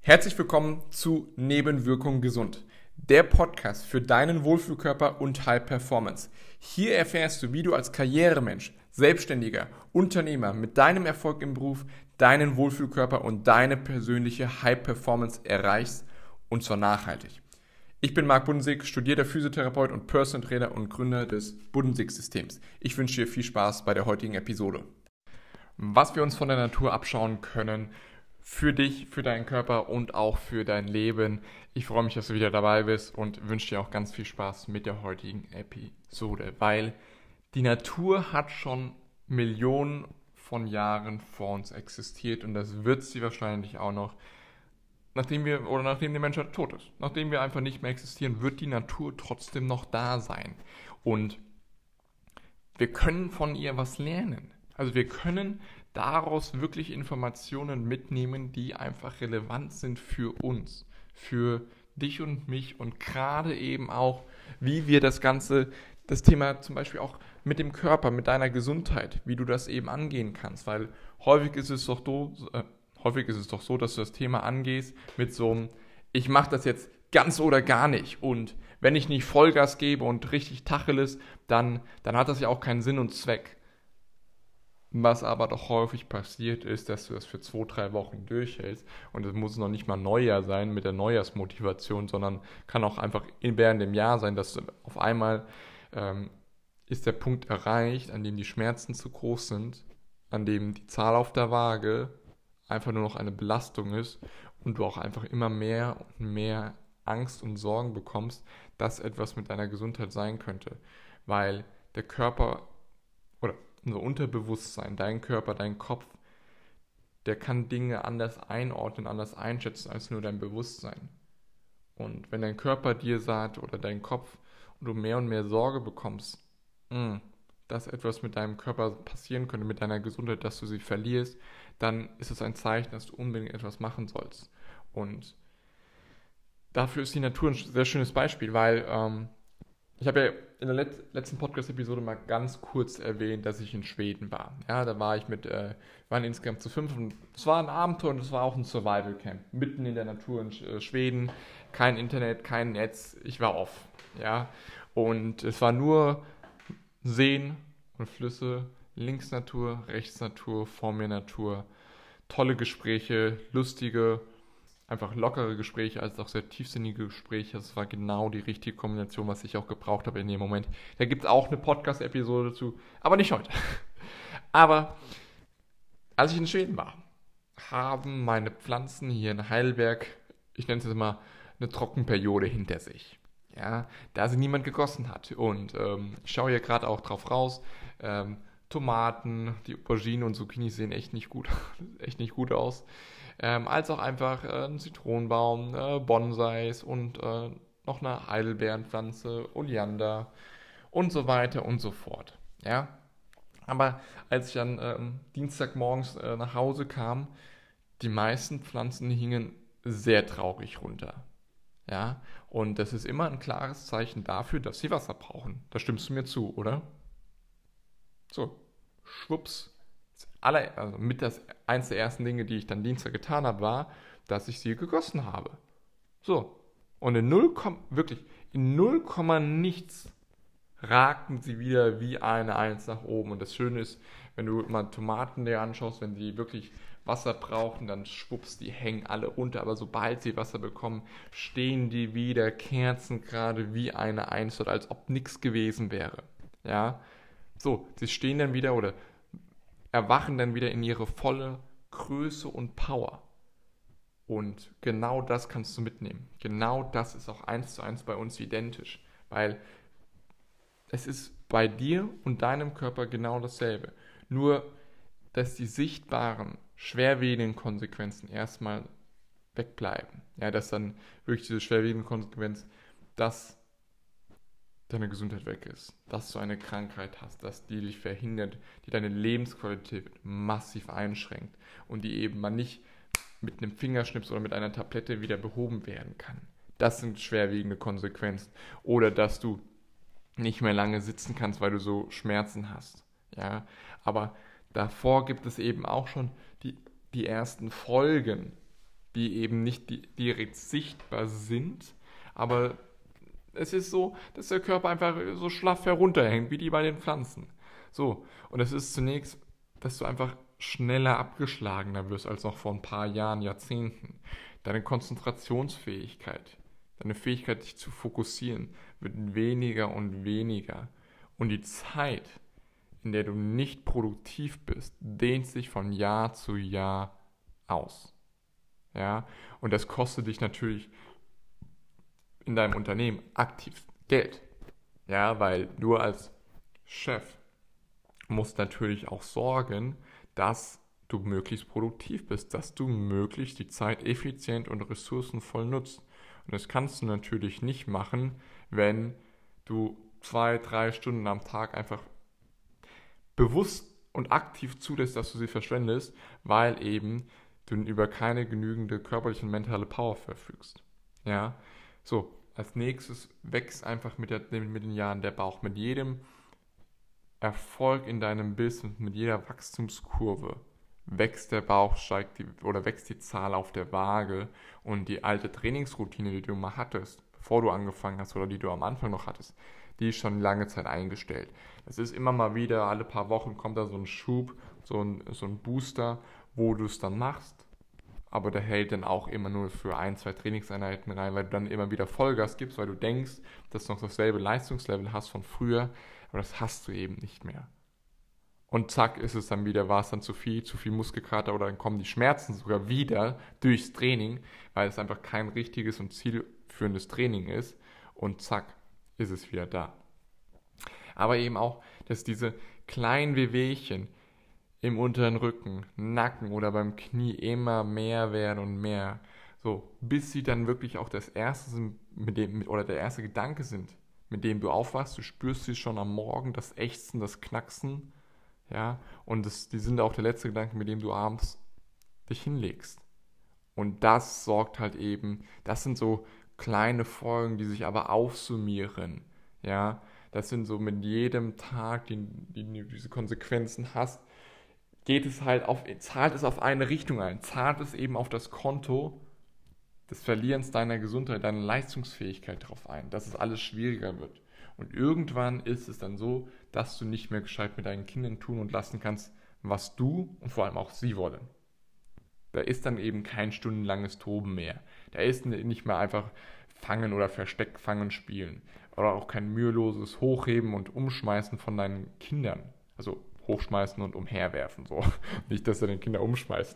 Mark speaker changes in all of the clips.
Speaker 1: Herzlich willkommen zu Nebenwirkungen gesund, der Podcast für deinen Wohlfühlkörper und High Performance. Hier erfährst du, wie du als Karrieremensch, Selbstständiger, Unternehmer mit deinem Erfolg im Beruf deinen Wohlfühlkörper und deine persönliche High Performance erreichst, und zwar nachhaltig. Ich bin Marc Budensig, studierter Physiotherapeut und Personal Trainer und Gründer des Budensig-Systems. Ich wünsche dir viel Spaß bei der heutigen Episode. Was wir uns von der Natur abschauen können, für dich, für deinen Körper und auch für dein Leben. Ich freue mich, dass du wieder dabei bist und wünsche dir auch ganz viel Spaß mit der heutigen Episode, weil die Natur hat schon Millionen von Jahren vor uns existiert und das wird sie wahrscheinlich auch noch, nachdem die Menschheit tot ist. Nachdem wir einfach nicht mehr existieren, wird die Natur trotzdem noch da sein. Und wir können von ihr was lernen. Also wir können daraus wirklich Informationen mitnehmen, die einfach relevant sind für uns, für dich und mich und gerade eben auch, wie wir das Thema zum Beispiel auch mit dem Körper, mit deiner Gesundheit, wie du das eben angehen kannst, weil häufig ist es doch so, dass du das Thema angehst mit so einem, ich mache das jetzt ganz oder gar nicht und wenn ich nicht Vollgas gebe und richtig Tacheles, dann hat das ja auch keinen Sinn und Zweck. Was aber doch häufig passiert ist, dass du das für 2-3 Wochen durchhältst und es muss noch nicht mal Neujahr sein mit der Neujahrsmotivation, sondern kann auch einfach während dem Jahr sein, dass du auf einmal ist der Punkt erreicht, an dem die Schmerzen zu groß sind, an dem die Zahl auf der Waage einfach nur noch eine Belastung ist und du auch einfach immer mehr und mehr Angst und Sorgen bekommst, dass etwas mit deiner Gesundheit sein könnte, weil der Körper oder unser Unterbewusstsein, dein Körper, dein Kopf, der kann Dinge anders einordnen, anders einschätzen als nur dein Bewusstsein. Und wenn dein Körper dir sagt oder dein Kopf und du mehr und mehr Sorge bekommst, dass etwas mit deinem Körper passieren könnte, mit deiner Gesundheit, dass du sie verlierst, dann ist es ein Zeichen, dass du unbedingt etwas machen sollst. Und dafür ist die Natur ein sehr schönes Beispiel, weil ich habe ja in der letzten Podcast-Episode mal ganz kurz erwähnt, dass ich in Schweden war. Ja, da war ich wir waren insgesamt zu 5 und es war ein Abenteuer und es war auch ein Survival-Camp. Mitten in der Natur in Schweden, kein Internet, kein Netz, ich war off. Ja, und es war nur Seen und Flüsse, links Natur, rechts Natur, vor mir Natur. Tolle Gespräche, lustige, einfach lockere Gespräche, als auch sehr tiefsinnige Gespräche. Das war genau die richtige Kombination, was ich auch gebraucht habe in dem Moment. Da gibt es auch eine Podcast-Episode dazu, aber nicht heute. Aber als ich in Schweden war, haben meine Pflanzen hier in Heidelberg, ich nenne es jetzt mal, eine Trockenperiode hinter sich. Ja, da sie niemand gegossen hat. Und ich schaue hier gerade auch drauf raus. Tomaten, die Auberginen und Zucchini sehen echt nicht gut aus. Als auch einfach ein Zitronenbaum, Bonsais und noch eine Heidelbeerenpflanze, Oleander und so weiter und so fort. Ja? Aber als ich dann Dienstagmorgens nach Hause kam, die meisten Pflanzen hingen sehr traurig runter. Ja? Und das ist immer ein klares Zeichen dafür, dass sie Wasser brauchen. Da stimmst du mir zu, oder? So, schwupps. Eins der ersten Dinge, die ich dann Dienstag getan habe, war, dass ich sie gegossen habe. So. Und in 0, wirklich, in 0, nichts ragten sie wieder wie eine Eins nach oben. Und das Schöne ist, wenn du mal Tomaten dir anschaust, wenn die wirklich Wasser brauchen, dann schwupps, die hängen alle runter. Aber sobald sie Wasser bekommen, stehen die wieder kerzengerade wie eine Eins dort, als ob nichts gewesen wäre. Ja. So, sie stehen dann wieder oder erwachen dann wieder in ihre volle Größe und Power. Und genau das kannst du mitnehmen. Genau das ist auch 1:1 bei uns identisch. Weil es ist bei dir und deinem Körper genau dasselbe. Nur, dass die sichtbaren, schwerwiegenden Konsequenzen erstmal wegbleiben. Ja, dass dann wirklich diese schwerwiegende Konsequenz, dass deine Gesundheit weg ist, dass du eine Krankheit hast, dass die dich verhindert, die deine Lebensqualität massiv einschränkt und die eben mal nicht mit einem Fingerschnips oder mit einer Tablette wieder behoben werden kann. Das sind schwerwiegende Konsequenzen. Oder dass du nicht mehr lange sitzen kannst, weil du so Schmerzen hast. Ja, aber davor gibt es eben auch schon die ersten Folgen die eben nicht direkt sichtbar sind, aber es ist so, dass der Körper einfach so schlaff herunterhängt, wie die bei den Pflanzen. So, und es ist zunächst, dass du einfach schneller abgeschlagener wirst als noch vor ein paar Jahren, Jahrzehnten. Deine Konzentrationsfähigkeit, deine Fähigkeit, dich zu fokussieren, wird weniger und weniger. Und die Zeit, in der du nicht produktiv bist, dehnt sich von Jahr zu Jahr aus. Ja? Und das kostet dich natürlich in deinem Unternehmen aktiv Geld. Ja, weil du als Chef musst natürlich auch sorgen, dass du möglichst produktiv bist, dass du möglichst die Zeit effizient und ressourcenvoll nutzt. Und das kannst du natürlich nicht machen, wenn du 2-3 Stunden am Tag einfach bewusst und aktiv zulässt, dass du sie verschwendest, weil eben du über keine genügende körperliche und mentale Power verfügst. Ja, so, als nächstes wächst einfach mit den Jahren der Bauch. Mit jedem Erfolg in deinem Business, mit jeder Wachstumskurve wächst der Bauch, wächst die Zahl auf der Waage und die alte Trainingsroutine, die du mal hattest, bevor du angefangen hast oder die du am Anfang noch hattest, die ist schon lange Zeit eingestellt. Es ist immer mal wieder, alle paar Wochen kommt da so ein Schub, so ein Booster, wo du es dann machst. Aber der hält dann auch immer nur für 1-2 Trainingseinheiten rein, weil du dann immer wieder Vollgas gibst, weil du denkst, dass du noch dasselbe Leistungslevel hast von früher, aber das hast du eben nicht mehr. Und zack, ist es dann wieder, war es dann zu viel Muskelkater oder dann kommen die Schmerzen sogar wieder durchs Training, weil es einfach kein richtiges und zielführendes Training ist und zack, ist es wieder da. Aber eben auch, dass diese kleinen Wehwehchen im unteren Rücken, Nacken oder beim Knie immer mehr werden und mehr. So, bis sie dann wirklich auch das erste sind, der erste Gedanke sind, mit dem du aufwachst. Du spürst sie schon am Morgen, das Ächzen, das Knacksen. Ja, und die sind auch der letzte Gedanke, mit dem du abends dich hinlegst. Und das sorgt halt eben, das sind so kleine Folgen, die sich aber aufsummieren. Ja, das sind so mit jedem Tag, den du diese Konsequenzen hast, zahlt es auf eine Richtung ein, zahlt es eben auf das Konto des Verlierens deiner Gesundheit, deiner Leistungsfähigkeit drauf ein, dass es alles schwieriger wird. Und irgendwann ist es dann so, dass du nicht mehr gescheit mit deinen Kindern tun und lassen kannst, was du und vor allem auch sie wollen. Da ist dann eben kein stundenlanges Toben mehr. Da ist nicht mehr einfach Fangen oder Versteckfangen spielen. Oder auch kein müheloses Hochheben und Umschmeißen von deinen Kindern. Also hochschmeißen und umherwerfen. So. Nicht, dass du den Kinder umschmeißt.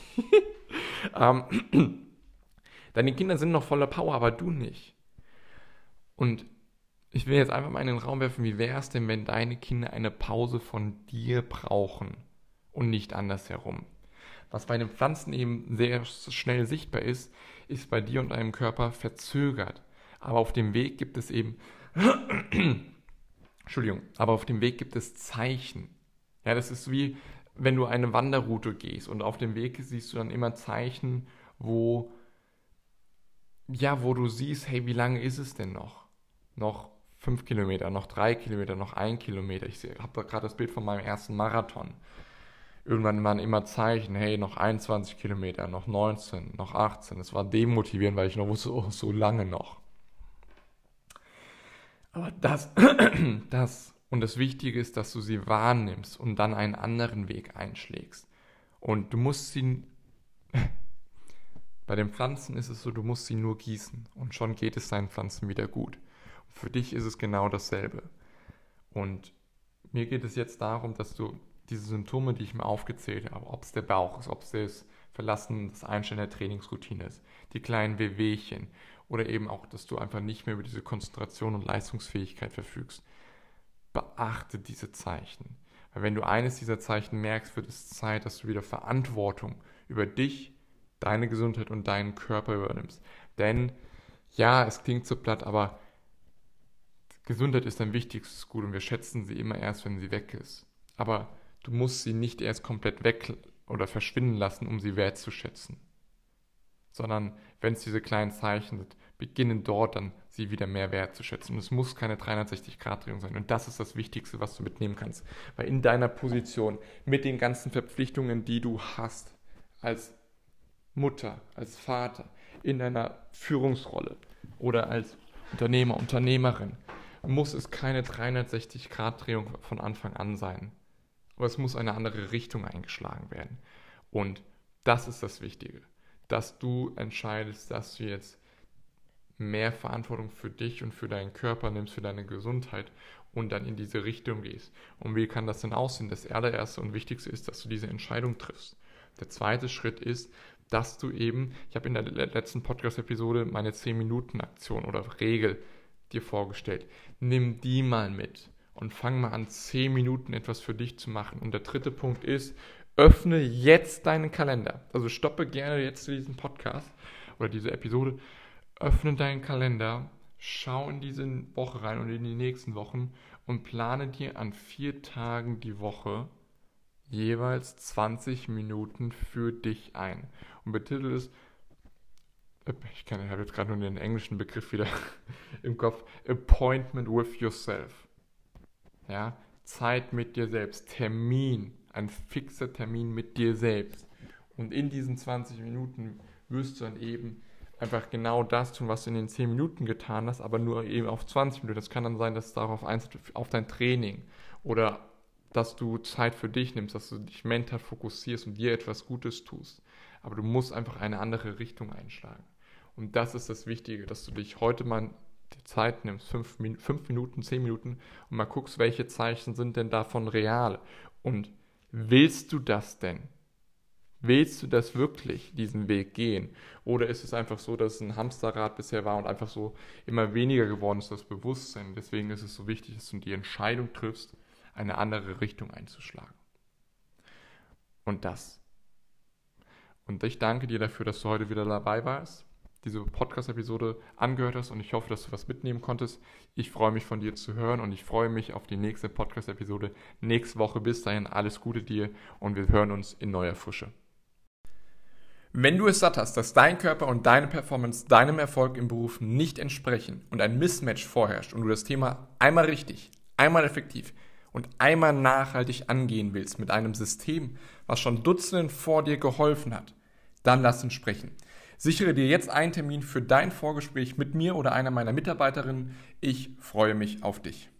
Speaker 1: Deine Kinder sind noch voller Power, aber du nicht. Und ich will jetzt einfach mal in den Raum werfen, wie wäre es denn, wenn deine Kinder eine Pause von dir brauchen und nicht andersherum? Was bei den Pflanzen eben sehr schnell sichtbar ist, ist bei dir und deinem Körper verzögert. Aber auf dem Weg gibt es eben aber auf dem Weg gibt es Zeichen. Ja, das ist wie, wenn du eine Wanderroute gehst und auf dem Weg siehst du dann immer Zeichen, wo du siehst, hey, wie lange ist es denn noch? Noch 5 Kilometer, noch 3 Kilometer, noch 1 Kilometer. Ich habe gerade das Bild von meinem ersten Marathon. Irgendwann waren immer Zeichen, hey, noch 21 Kilometer, noch 19, noch 18. Es war demotivierend, weil ich noch wusste, oh, so lange noch. Aber und das Wichtige ist, dass du sie wahrnimmst und dann einen anderen Weg einschlägst. Und du musst bei den Pflanzen ist es so, du musst sie nur gießen und schon geht es deinen Pflanzen wieder gut. Und für dich ist es genau dasselbe. Und mir geht es jetzt darum, dass du diese Symptome, die ich mir aufgezählt habe, ob es der Bauch ist, ob es das Verlassen, das Einstellen der Trainingsroutine ist, die kleinen Wehwehchen oder eben auch, dass du einfach nicht mehr über diese Konzentration und Leistungsfähigkeit verfügst. Beachte diese Zeichen. Weil wenn du eines dieser Zeichen merkst, wird es Zeit, dass du wieder Verantwortung über dich, deine Gesundheit und deinen Körper übernimmst. Denn, ja, es klingt so platt, aber Gesundheit ist dein wichtigstes Gut und wir schätzen sie immer erst, wenn sie weg ist. Aber du musst sie nicht erst komplett weg oder verschwinden lassen, um sie wertzuschätzen. Sondern, wenn es diese kleinen Zeichen sind, beginnen dort dann sie wieder mehr wertzuschätzen. Und es muss keine 360-Grad-Drehung sein. Und das ist das Wichtigste, was du mitnehmen kannst. Weil in deiner Position, mit den ganzen Verpflichtungen, die du hast, als Mutter, als Vater, in einer Führungsrolle oder als Unternehmer, Unternehmerin, muss es keine 360-Grad-Drehung von Anfang an sein. Aber es muss eine andere Richtung eingeschlagen werden. Und das ist das Wichtige, dass du entscheidest, dass du jetzt mehr Verantwortung für dich und für deinen Körper nimmst, für deine Gesundheit und dann in diese Richtung gehst. Und wie kann das denn aussehen? Das allererste und wichtigste ist, dass du diese Entscheidung triffst. Der zweite Schritt ist, dass du eben, ich habe in der letzten Podcast-Episode meine 10-Minuten-Aktion oder Regel dir vorgestellt. Nimm die mal mit und fang mal an, 10 Minuten etwas für dich zu machen. Und der dritte Punkt ist, öffne jetzt deinen Kalender. Also stoppe gerne jetzt diesen Podcast oder diese Episode. Öffne deinen Kalender, schau in diese Woche rein und in die nächsten Wochen und plane dir an 4 Tagen die Woche jeweils 20 Minuten für dich ein. Und betitel es, ich habe jetzt gerade nur den englischen Begriff wieder im Kopf, Appointment with yourself. Ja, Zeit mit dir selbst, Termin, ein fixer Termin mit dir selbst. Und in diesen 20 Minuten wirst du dann eben einfach genau das tun, was du in den 10 Minuten getan hast, aber nur eben auf 20 Minuten. Das kann dann sein, dass es darauf einzahlt, auf dein Training oder dass du Zeit für dich nimmst, dass du dich mental fokussierst und dir etwas Gutes tust. Aber du musst einfach eine andere Richtung einschlagen. Und das ist das Wichtige, dass du dich heute mal die Zeit nimmst, 5 Minuten, 10 Minuten und mal guckst, welche Zeichen sind denn davon real. Und willst du das denn? Willst du das wirklich, diesen Weg gehen? Oder ist es einfach so, dass es ein Hamsterrad bisher war und einfach so immer weniger geworden ist, das Bewusstsein? Deswegen ist es so wichtig, dass du die Entscheidung triffst, eine andere Richtung einzuschlagen. Und ich danke dir dafür, dass du heute wieder dabei warst, diese Podcast-Episode angehört hast und ich hoffe, dass du was mitnehmen konntest. Ich freue mich, von dir zu hören und ich freue mich auf die nächste Podcast-Episode nächste Woche. Bis dahin, alles Gute dir und wir hören uns in neuer Frische. Wenn du es satt hast, dass dein Körper und deine Performance deinem Erfolg im Beruf nicht entsprechen und ein Mismatch vorherrscht und du das Thema einmal richtig, einmal effektiv und einmal nachhaltig angehen willst mit einem System, was schon Dutzenden vor dir geholfen hat, dann lass uns sprechen. Sichere dir jetzt einen Termin für dein Vorgespräch mit mir oder einer meiner Mitarbeiterinnen. Ich freue mich auf dich.